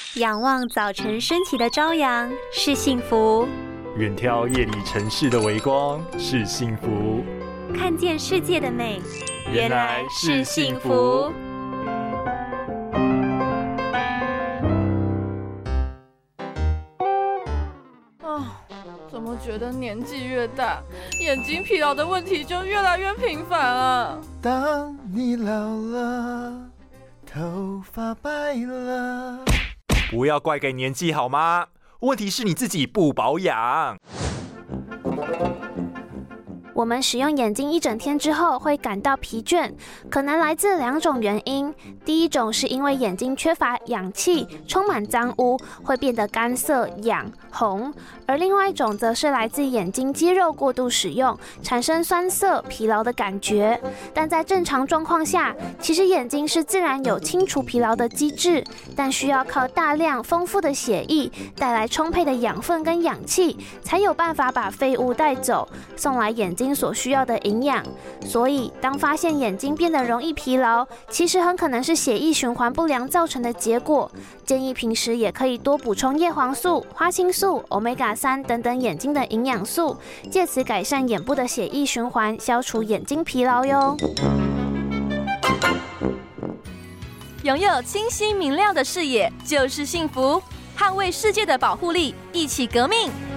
仰望早晨升起的朝阳是幸福， 远眺夜里城市的微光是幸福， 看见世界的美原来是幸福。 怎么觉得年纪越大，眼睛疲劳的问题就越来越频繁啊？ 当你老了，头发白了， 不要怪给年纪好吗？问题是你自己不保养。 我们使用眼睛一整天之后会感到疲倦，可能来自2种原因。第一种是因为眼睛缺乏氧气，充满脏污，会变得干涩、痒、红；而另外一种则是来自眼睛肌肉过度使用，产生酸涩、疲劳的感觉。但在正常状况下，其实眼睛是自然有清除疲劳的机制，但需要靠大量丰富的血液带来充沛的养分跟氧气，才有办法把废物带走，送来眼睛所需要的营养。所以当发现眼睛变得容易疲劳，其实很可能是血液循环不良造成的结果。建议平时也可以多补充叶黄素、花青素、Omega-3等等眼睛的营养素，借此改善眼部的血液循环，消除眼睛疲劳哟。 拥有清晰明亮的视野就是幸福，捍卫世界的保护力，一起革命。